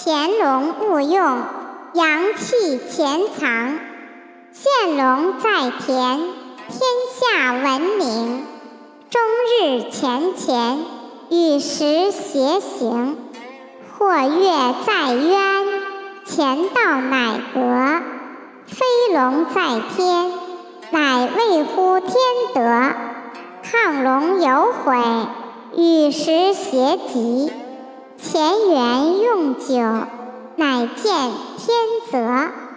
潜龙勿用，阳气潜藏。现龙在田，天下闻名。终日乾，与时偕行。或跃在渊，乾道乃革。飞龙在天，乃谓乎天德。亢龙有悔，与时偕极。乾元用久，乃见天泽。